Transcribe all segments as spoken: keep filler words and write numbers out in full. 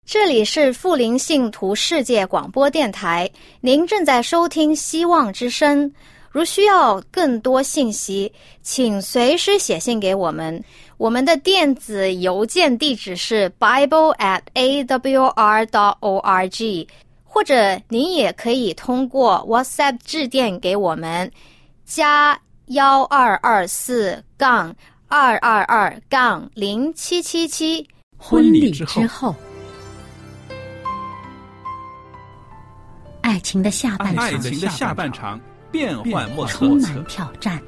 这里是富林信徒世界广播电台，您正在收听希望之声。如需要更多信息，请随时写信给我们。我们的电子邮件地址是 bible at a w r dot org， 或者您也可以通过 WhatsApp 致电给我们，加幺二二四杠二二二杠零七七七。 婚礼之后，爱情的下半场， 爱情的下半场变幻莫测， 充满挑战。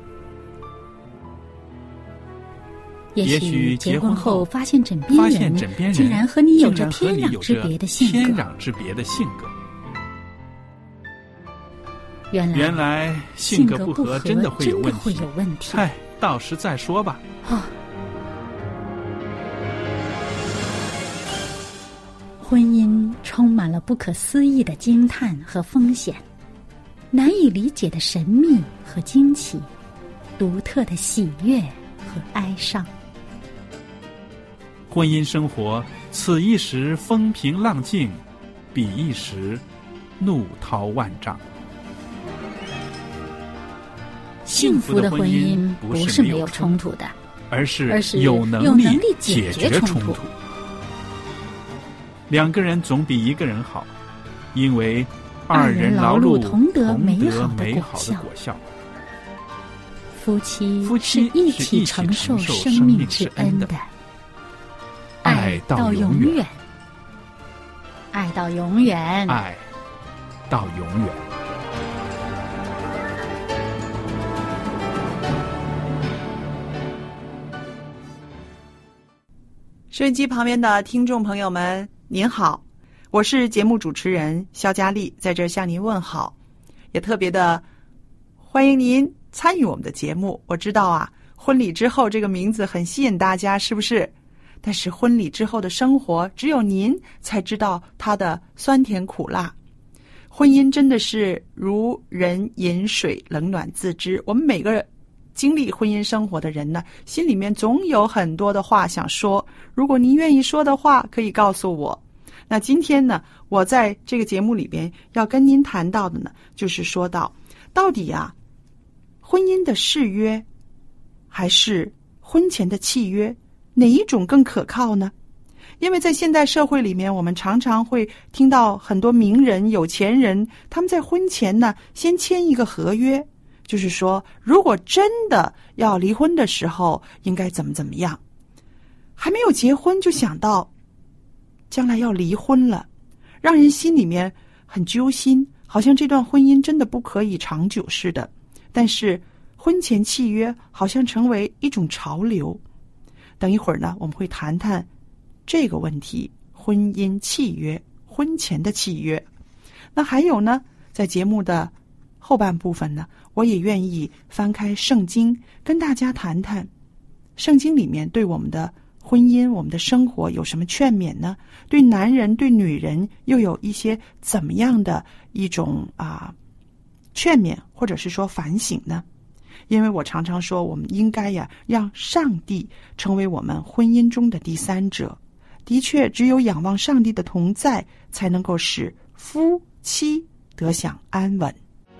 也许结婚后发现枕边人竟然和你有着天壤之别的性格， 天壤之别的性格。 原来原来性格不合真的会有问题， 问题。 嗨，到时再说吧。 啊，婚姻充满了不可思议的惊叹和风险，难以理解的神秘和惊奇，独特的喜悦和哀伤。 婚姻生活，此一时风平浪静，彼一时怒涛万丈。 幸福的婚姻不是没有冲突的， 而是而是有能力解决冲突。两个人总比一个人好，因为二人劳碌同得美好的果效。 夫妻夫妻是一起承受生命之恩的，爱到永远，爱到永远， 爱到永远。 收音机旁边的听众朋友们，您好，我是节目主持人肖佳丽，在这儿向您问好，也特别的欢迎您参与我们的节目。我知道啊，婚礼之后这个名字很吸引大家，是不是？但是婚礼之后的生活，只有您才知道它的酸甜苦辣。婚姻真的是如人饮水，冷暖自知。我们每个经历婚姻生活的人呢，心里面总有很多的话想说，如果您愿意说的话，可以告诉我。那今天呢，我在这个节目里边要跟您谈到的呢，就是说到到底啊，婚姻的誓约还是婚前的契约，哪一种更可靠呢？因为在现代社会里面，我们常常会听到很多名人、有钱人，他们在婚前呢，先签一个合约，就是说，如果真的要离婚的时候，应该怎么怎么样。还没有结婚就想到将来要离婚了，让人心里面很揪心，好像这段婚姻真的不可以长久似的。但是婚前契约好像成为一种潮流。等一会儿呢，我们会谈谈这个问题，婚姻契约，婚前的契约。那还有呢，在节目的后半部分呢，我也愿意翻开圣经，跟大家谈谈圣经里面对我们的婚姻，我们的生活有什么劝勉呢？对男人对女人又有一些怎么样的一种啊劝勉，或者是说反省呢？因为我常常说，我们应该呀让上帝成为我们婚姻中的第三者。的确，只有仰望上帝的同在，才能够使夫妻得享安稳。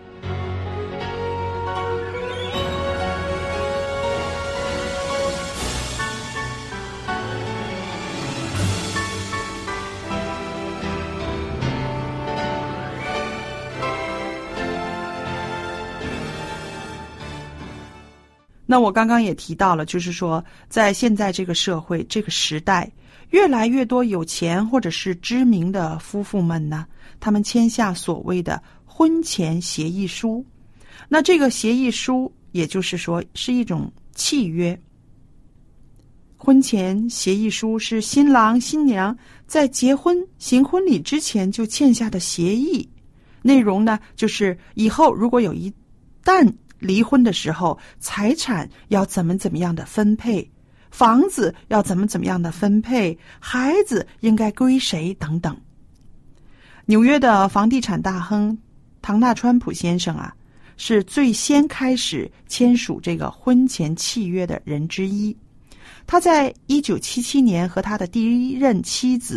那我刚刚也提到了，就是说在现在这个社会这个时代，越来越多有钱或者是知名的夫妇们呢，他们签下所谓的婚前协议书。那这个协议书也就是说是一种契约。婚前协议书是新郎新娘在结婚行婚礼之前就签下的协议，内容呢就是以后如果有一旦离婚的时候，财产要怎么怎么样的分配，房子要怎么怎么样的分配，孩子应该归谁等等。纽约的房地产大亨唐纳川普先生啊，是最先开始签署这个婚前契约的人之一。他在一九七七年和他的第一任妻子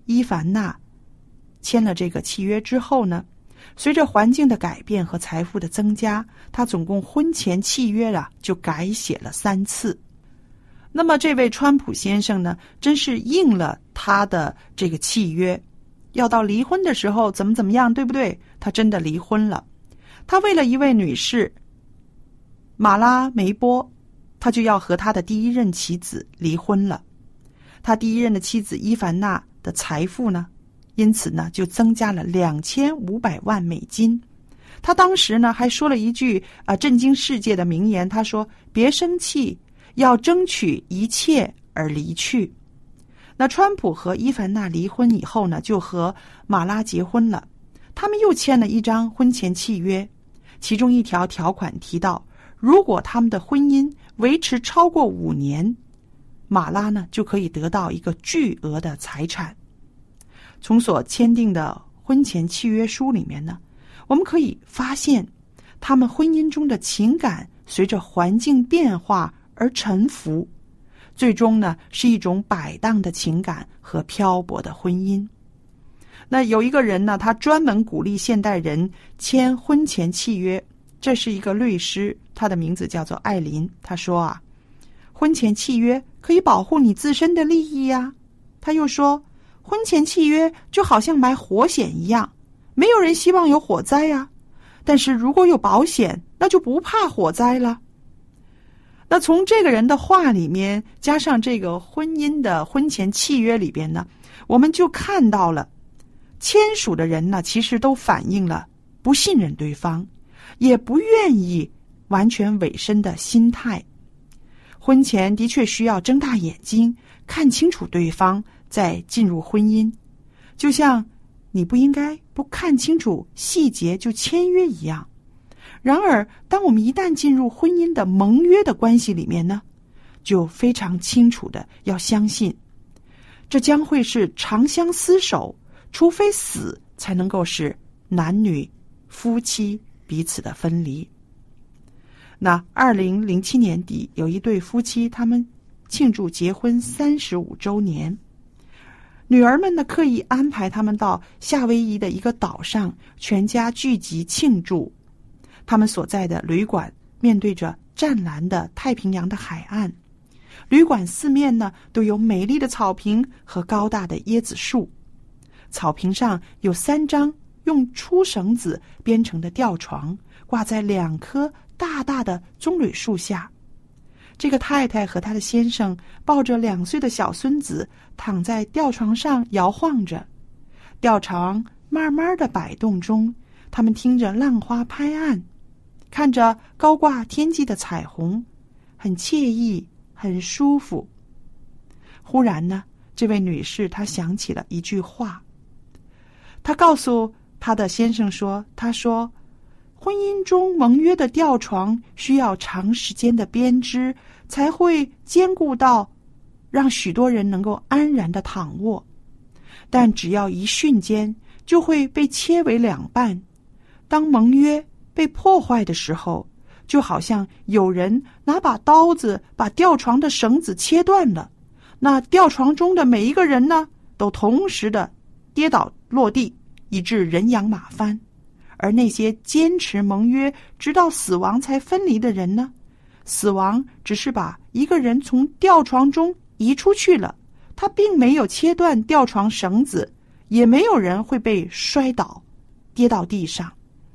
伊凡娜签了这个契约之后呢，随着环境的改变和财富的增加，他总共婚前契约啊就改写了三次。那么这位川普先生呢，真是应了他的这个契约，要到离婚的时候怎么怎么样，对不对？他真的离婚了。他为了一位女士马拉梅波，他就要和他的第一任妻子离婚了。他第一任的妻子伊凡娜的财富呢，因此呢就增加了两千五百万美金。他当时呢还说了一句啊、呃、震惊世界的名言，他说：“别生气，要争取一切而离去。”那川普和伊凡娜离婚以后呢，就和马拉结婚了。他们又签了一张婚前契约，其中一条条款提到，如果他们的婚姻维持超过五年，马拉呢就可以得到一个巨额的财产。从所签订的婚前契约书里面呢，我们可以发现他们婚姻中的情感随着环境变化而沉浮，最终呢是一种摆荡的情感和漂泊的婚姻。那有一个人呢，他专门鼓励现代人签婚前契约，这是一个律师，他的名字叫做艾琳。他说啊，婚前契约可以保护你自身的利益呀。他又说，婚前契约就好像买火险一样，没有人希望有火灾呀，但是如果有保险，那就不怕火灾了。那从这个人的话里面，加上这个婚姻的婚前契约里边呢，我们就看到了签署的人呢，其实都反映了不信任对方，也不愿意完全委身的心态。婚前的确需要睁大眼睛看清楚对方，再进入婚姻，就像你不应该不看清楚细节就签约一样。然而当我们一旦进入婚姻的盟约的关系里面呢，就非常清楚的要相信，这将会是长相厮守，除非死才能够使男女夫妻彼此的分离。那二零零七年底，有一对夫妻，他们庆祝结婚三十五周年，女儿们呢刻意安排他们到夏威夷的一个岛上，全家聚集庆祝。他们所在的旅馆面对着湛蓝的太平洋的海岸，旅馆四面呢都有美丽的草坪和高大的椰子树，草坪上有三张用粗绳子编成的吊床，挂在两棵大大的棕榈树下。这个太太和她的先生抱着两岁的小孙子躺在吊床上摇晃着，吊床慢慢的摆动中，他们听着浪花拍岸，看着高挂天际的彩虹，很惬意，很舒服。忽然呢，这位女士她想起了一句话，她告诉她的先生说，她说婚姻中盟约的吊床需要长时间的编织，才会坚固到让许多人能够安然的躺卧，但只要一瞬间就会被切为两半。当盟约被破坏的时候，就好像有人拿把刀子把吊床的绳子切断了，那吊床中的每一个人呢，都同时的跌倒落地，以致人仰马翻。而那些坚持盟约直到死亡才分离的人呢，死亡只是把一个人从吊床中移出去了，他并没有切断吊床绳子，也没有人会被摔倒跌到地上。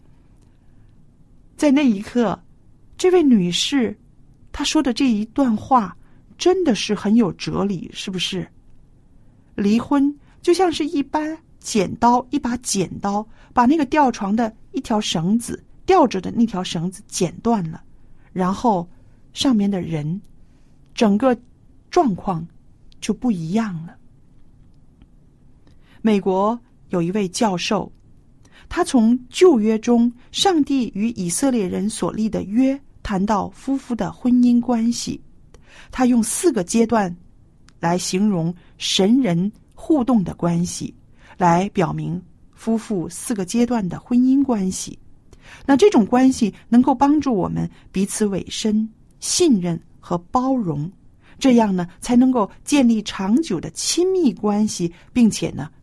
在那一刻，这位女士她说的这一段话真的是很有哲理，是不是？离婚就像是一般剪刀，一把剪刀把那个吊床的一条绳子，吊着的那条绳子剪断了，然后上面的人整个状况就不一样了。美国有一位教授，他从旧约中上帝与以色列人所立的约谈到夫妇的婚姻关系，他用四个阶段来形容神人互动的关系，来表明夫妇四个阶段的婚姻关系。那这种关系能够帮助我们彼此委身、信任和包容，这样呢才能够建立长久的亲密关系，并且呢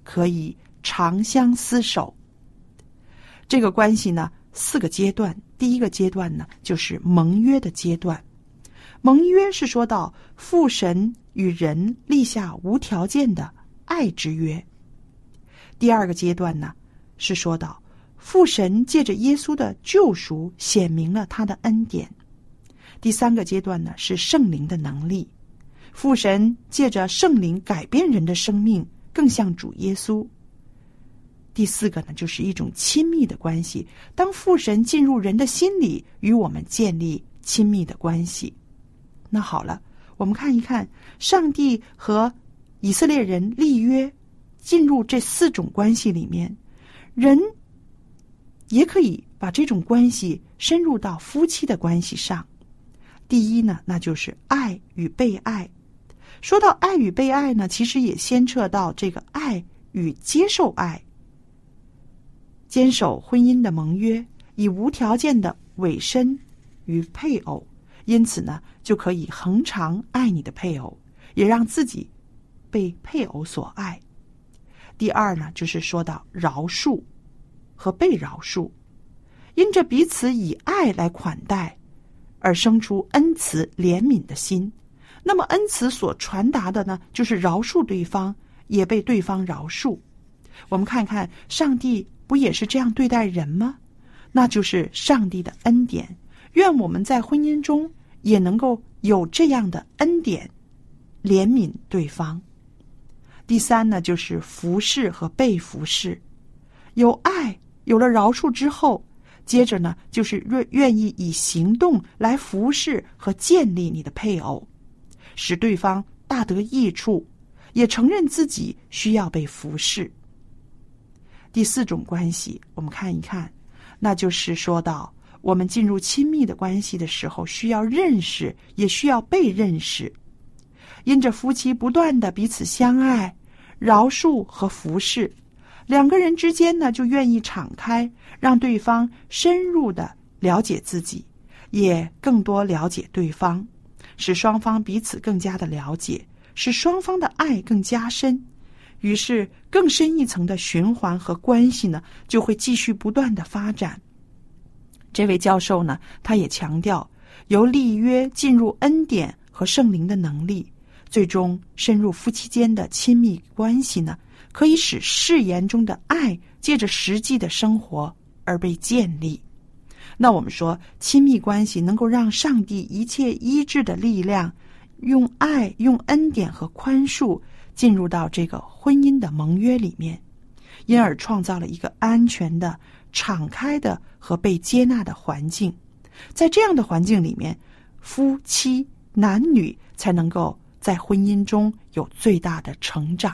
可以长相厮守。这个关系呢，四个阶段。第一个阶段呢，就是盟约的阶段。盟约是说到父神与人立下无条件的爱之约。第二个阶段呢，是说到父神借着耶稣的救赎显明了他的恩典。第三个阶段呢，是圣灵的能力，父神借着圣灵改变人的生命，更像主耶稣。第四个呢，就是一种亲密的关系，当父神进入人的心里，与我们建立亲密的关系。那好了，我们看一看上帝和以色列人立约，进入这四种关系里面，人也可以把这种关系深入到夫妻的关系上。第一呢，那就是爱与被爱。说到爱与被爱呢，其实也牵扯到这个爱与接受爱。坚守婚姻的盟约，以无条件的委身于配偶，因此呢，就可以恒常爱你的配偶，也让自己被配偶所爱。第二呢，就是说到饶恕和被饶恕，因着彼此以爱来款待，而生出恩慈怜悯的心。那么恩慈所传达的呢，就是饶恕对方，也被对方饶恕。我们看看上帝不也是这样对待人吗？那就是上帝的恩典。愿我们在婚姻中也能够有这样的恩典，怜悯对方。第三呢，就是服侍和被服侍。有爱，有了饶恕之后，接着呢，就是愿意以行动来服侍和建立你的配偶，使对方大得益处，也承认自己需要被服侍。第四种关系，我们看一看，那就是说到我们进入亲密的关系的时候，需要认识，也需要被认识。因着夫妻不断的彼此相爱、饶恕和服侍，两个人之间呢，就愿意敞开，让对方深入的了解自己，也更多了解对方，使双方彼此更加的了解，使双方的爱更加深。于是更深一层的循环和关系呢，就会继续不断的发展。这位教授呢，他也强调，由立约进入恩典和圣灵的能力，最终深入夫妻间的亲密关系呢，可以使誓言中的爱借着实际的生活而被建立。那我们说，亲密关系能够让上帝一切医治的力量，用爱、用恩典和宽恕进入到这个婚姻的盟约里面，因而创造了一个安全的、敞开的和被接纳的环境。在这样的环境里面，夫妻男女才能够在婚姻中有最大的成长。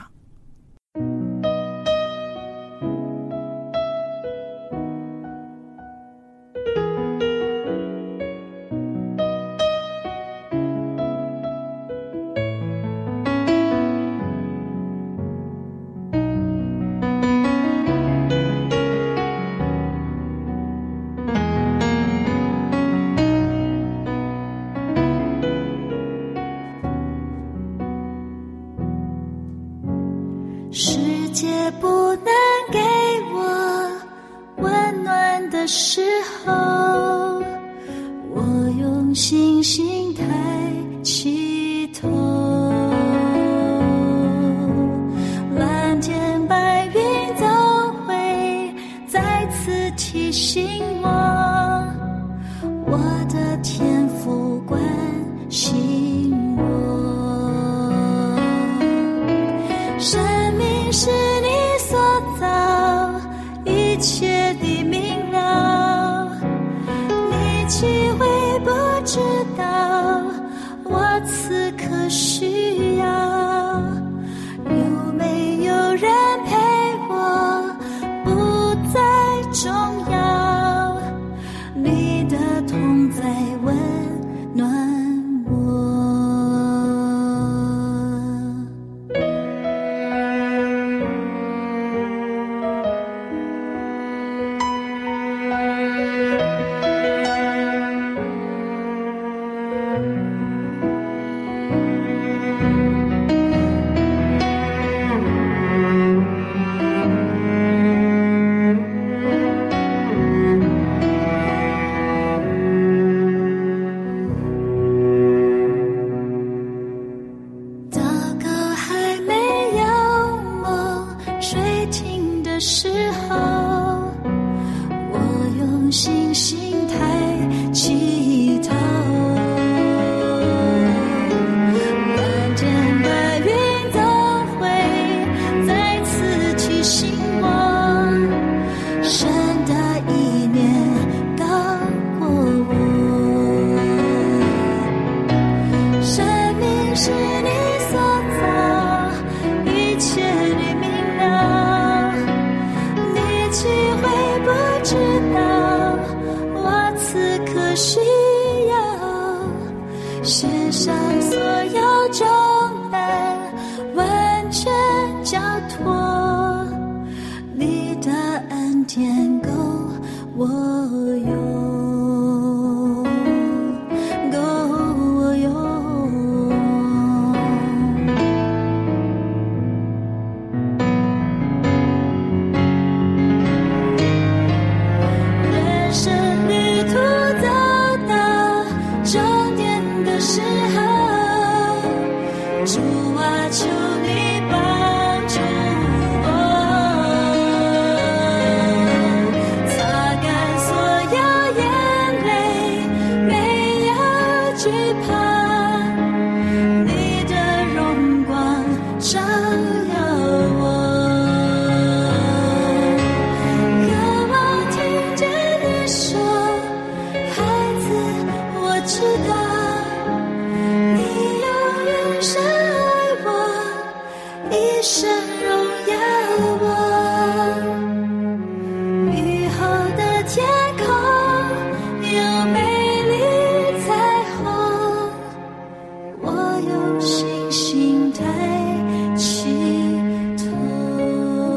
世界不能给我温暖的时候，我用星星抬起头，蓝天白云都会再次提醒我，我的天父关心我。生命是你所造，一切的明了，你岂会不知道我此刻需要？有没有人陪我？不再重要， 水停的时候，我用信心抬起头，蓝天白云都会再次提醒我，神的意念高过我，生命是你所造，一切你明了，你岂会不知道我此刻需要献上所有重担，完全交托，你的恩典够我用，够我用。人生旅途走到终点的时候，主啊，求你帮助我，擦干所有眼泪，没有惧怕，你的荣光照耀我，渴望听见你说，孩子，我知道你永远深爱我，一生荣耀我。雨后的天空有美丽彩虹，我用信心抬起头。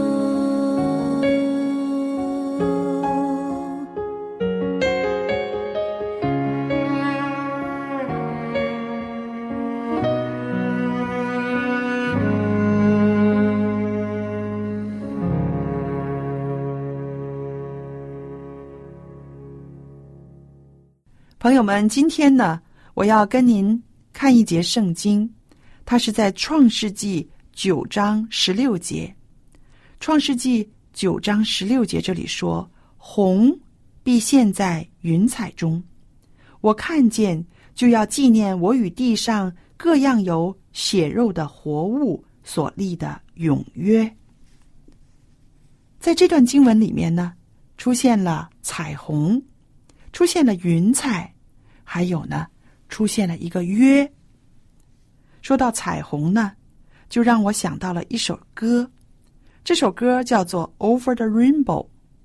朋友们，今天呢，我要跟您看一节圣经，它是在创世纪九章十六节。创世纪九章十六节这里说，虹必现在云彩中，我看见就要纪念我与地上各样有血肉的活物所立的永约。在这段经文里面呢，出现了彩虹，出现了云彩，还有呢，出现了一个约。说到彩虹呢，就让我想到了一首歌，这首歌叫做 Over the Rainbow。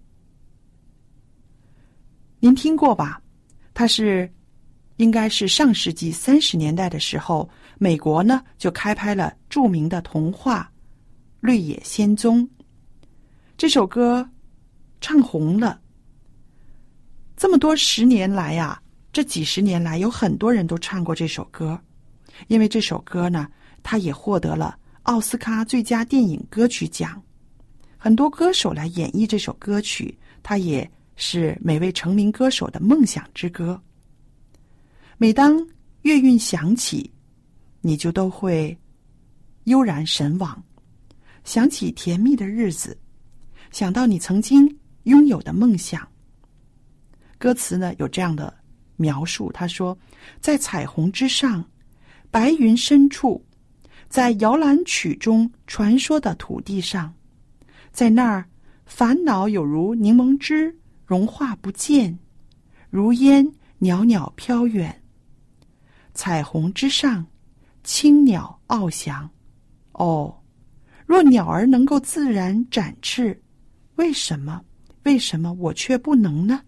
您听过吧？它是应该是上世纪三十年代的时候，美国呢就开拍了著名的童话《绿野仙踪》。这首歌唱红了，这么多十年来呀、啊，这几十年来有很多人都唱过这首歌，因为这首歌呢，它也获得了奥斯卡最佳电影歌曲奖。很多歌手来演绎这首歌曲，它也是每位成名歌手的梦想之歌。每当乐韵响起，你就都会悠然神往，想起甜蜜的日子，想到你曾经拥有的梦想。歌词呢有这样的描述，他说，在彩虹之上，白云深处，在摇篮曲中传说的土地上，在那儿烦恼有如柠檬汁融化不见，如烟袅袅飘远。彩虹之上，青鸟翱翔。哦，若鸟儿能够自然展翅，为什么为什么我却不能呢？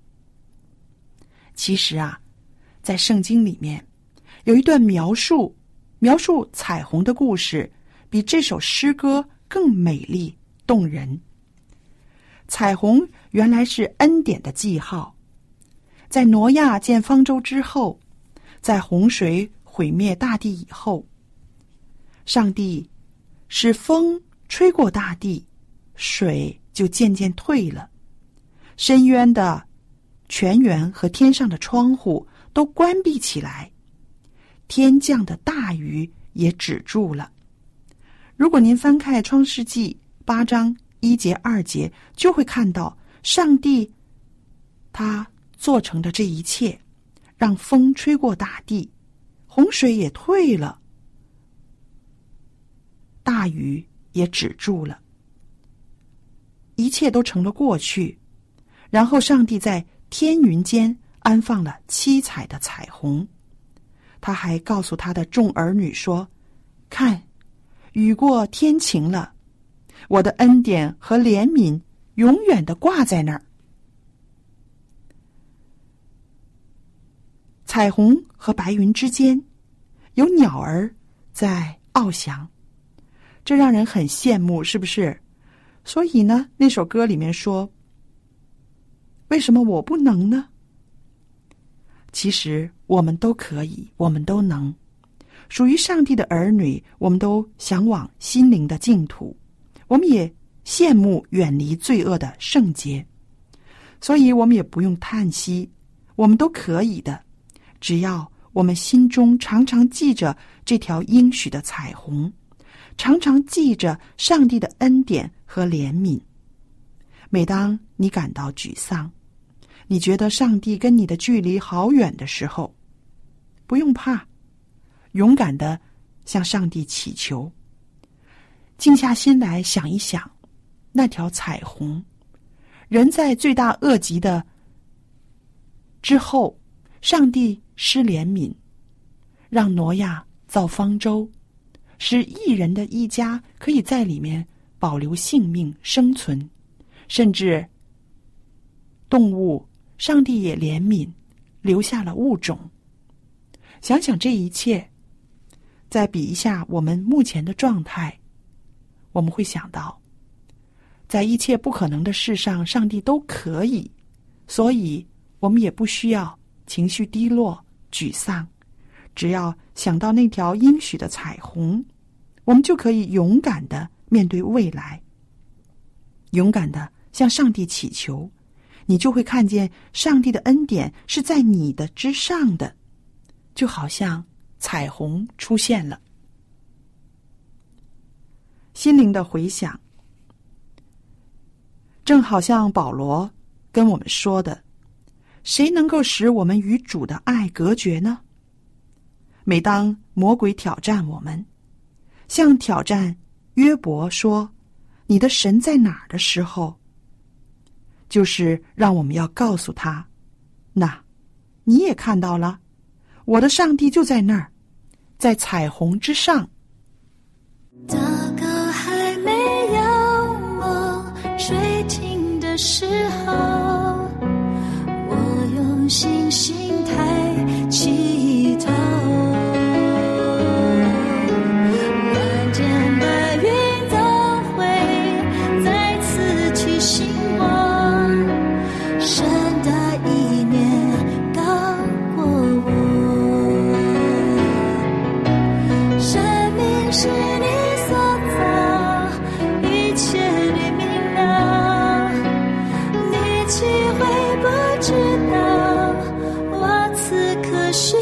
其实啊，在圣经里面有一段描述描述彩虹的故事，比这首诗歌更美丽动人。彩虹原来是恩典的记号，在挪亚建方舟之后，在洪水毁灭大地以后，上帝使风吹过大地，水就渐渐退了，深渊的泉源和天上的窗户都关闭起来，天降的大雨也止住了。如果您翻开创世纪八章一节二节，就会看到上帝他做成的这一切，让风吹过大地，洪水也退了，大雨也止住了，一切都成了过去。然后上帝在天云间安放了七彩的彩虹，他还告诉他的众儿女说，看，雨过天晴了，我的恩典和怜悯永远的挂在那儿。彩虹和白云之间有鸟儿在翱翔，这让人很羡慕，是不是？所以呢，那首歌里面说，为什么我不能呢？其实我们都可以，我们都能。属于上帝的儿女，我们都向往心灵的净土，我们也羡慕远离罪恶的圣洁，所以我们也不用叹息，我们都可以的。只要我们心中常常记着这条应许的彩虹，常常记着上帝的恩典和怜悯。每当你感到沮丧，你觉得上帝跟你的距离好远的时候，不用怕，勇敢地向上帝祈求，静下心来想一想那条彩虹。人在罪大恶极的之后，上帝施怜悯，让挪亚造方舟，使义人的一家可以在里面保留性命生存，甚至动物上帝也怜悯，留下了物种。想想这一切，再比一下我们目前的状态，我们会想到，在一切不可能的事上，上帝都可以，所以我们也不需要情绪低落、沮丧。只要想到那条应许的彩虹，我们就可以勇敢地面对未来，勇敢地向上帝祈求。你就会看见上帝的恩典是在你的之上的，就好像彩虹出现了。心灵的回响，正好像保罗跟我们说的，谁能够使我们与主的爱隔绝呢？每当魔鬼挑战我们，像挑战约伯说，你的神在哪儿的时候，就是让我们要告诉他，那你也看到了，我的上帝就在那儿，在彩虹之上。 祷告还没有我垂听的时候，我用信心抬起头，蓝天白云都会再次提醒我，神的意念高过我，生命是你所造，一切你明了，你岂会不知道，我此刻需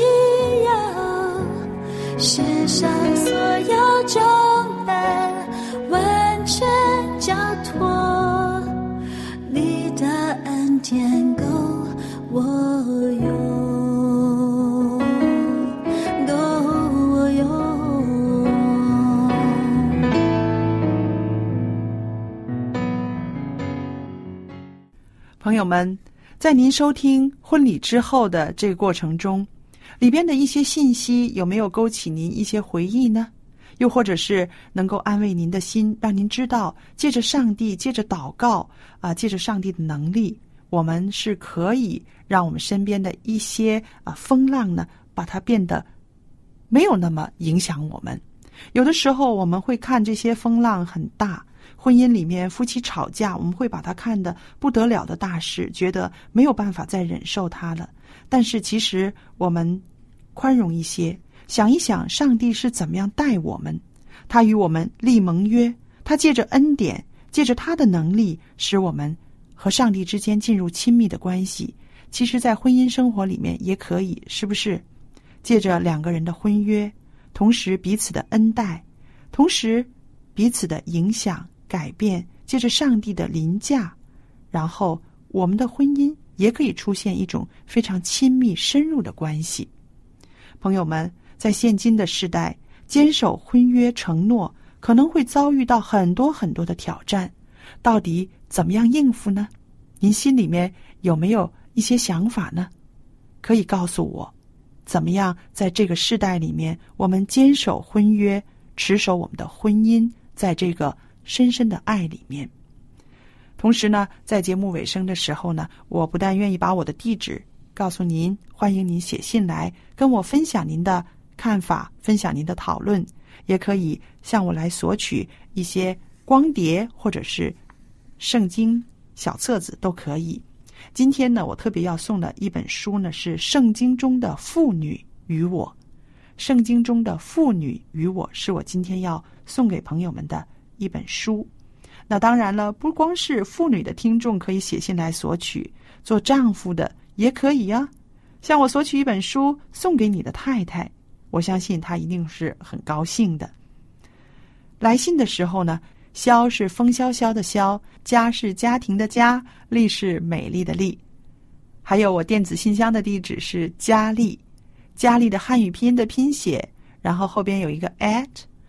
要献上所有重担，完全交托，你的恩典够我用，够我用。 朋友们，在您收听婚礼之后的这个过程中，里边的一些信息有没有勾起您一些回忆呢？又或者是能够安慰您的心，让您知道借着上帝，借着祷告啊、呃，借着上帝的能力，我们是可以让我们身边的一些啊、呃、风浪呢，把它变得没有那么影响我们。有的时候我们会看这些风浪很大，婚姻里面夫妻吵架，我们会把它看得不得了的大事，觉得没有办法再忍受它了。但是其实我们宽容一些，想一想上帝是怎么样待我们，他与我们立盟约，他借着恩典，借着他的能力，使我们和上帝之间进入亲密的关系。其实在婚姻生活里面也可以，是不是借着两个人的婚约，同时彼此的恩待，同时彼此的影响改变，借着上帝的临驾，然后我们的婚姻也可以出现一种非常亲密深入的关系。朋友们，在现今的时代，坚守婚约承诺可能会遭遇到很多很多的挑战，到底怎么样应付呢？您心里面有没有一些想法呢？可以告诉我，怎么样在这个世代里面，我们坚守婚约，持守我们的婚姻，在这个深深的爱里面。同时呢，在节目尾声的时候呢，我不但愿意把我的地址告诉您，欢迎您写信来跟我分享您的看法，分享您的讨论，也可以向我来索取一些光碟或者是圣经小册子都可以。今天呢，我特别要送的一本书呢，是圣经中的妇女与我。圣经中的妇女与我是我今天要送给朋友们的一本书。那当然了，不光是妇女的听众可以写信来索取，做丈夫的也可以啊。向我索取一本书送给你的太太，我相信她一定是很高兴的。来信的时候呢，萧是风萧萧的萧，家是家庭的家，丽是美丽的丽。还有我电子信箱的地址是佳丽，佳丽的汉语拼音的拼写，然后后边有一个 at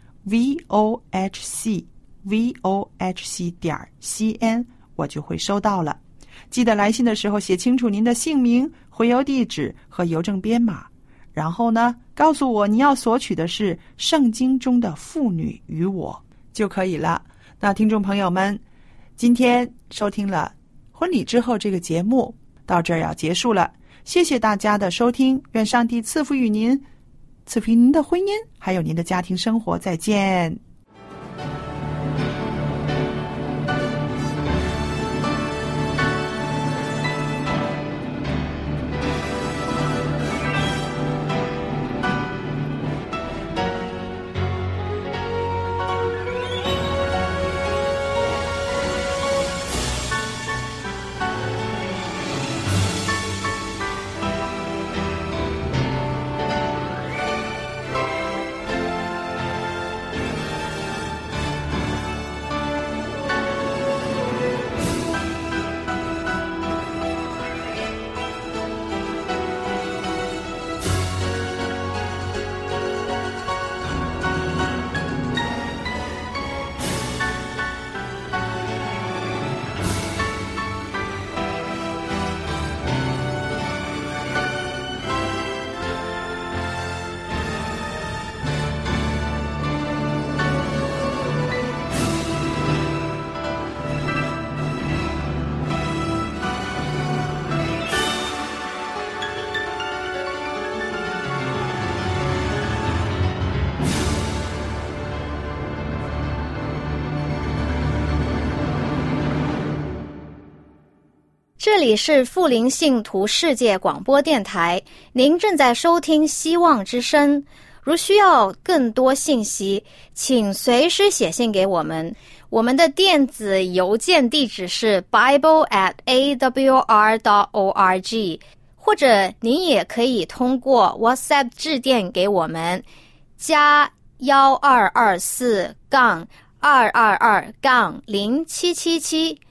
vohc vohc 点 cn， 我就会收到了。记得来信的时候写清楚您的姓名、回邮地址和邮政编码，然后呢，告诉我你要索取的是圣经中的妇女与我就可以了。那听众朋友们，今天收听了婚礼之后这个节目到这儿要结束了，谢谢大家的收听，愿上帝赐福于您，赐福于您的婚姻还有您的家庭生活，再见。 这里是富林信徒世界广播电台，您正在收听希望之声。如需要更多信息，请随时写信给我们。我们的电子邮件地址是 bible at a w r dot org， 或者您也可以通过 WhatsApp 致电给我们，加幺二二四杠二二二杠零七七七。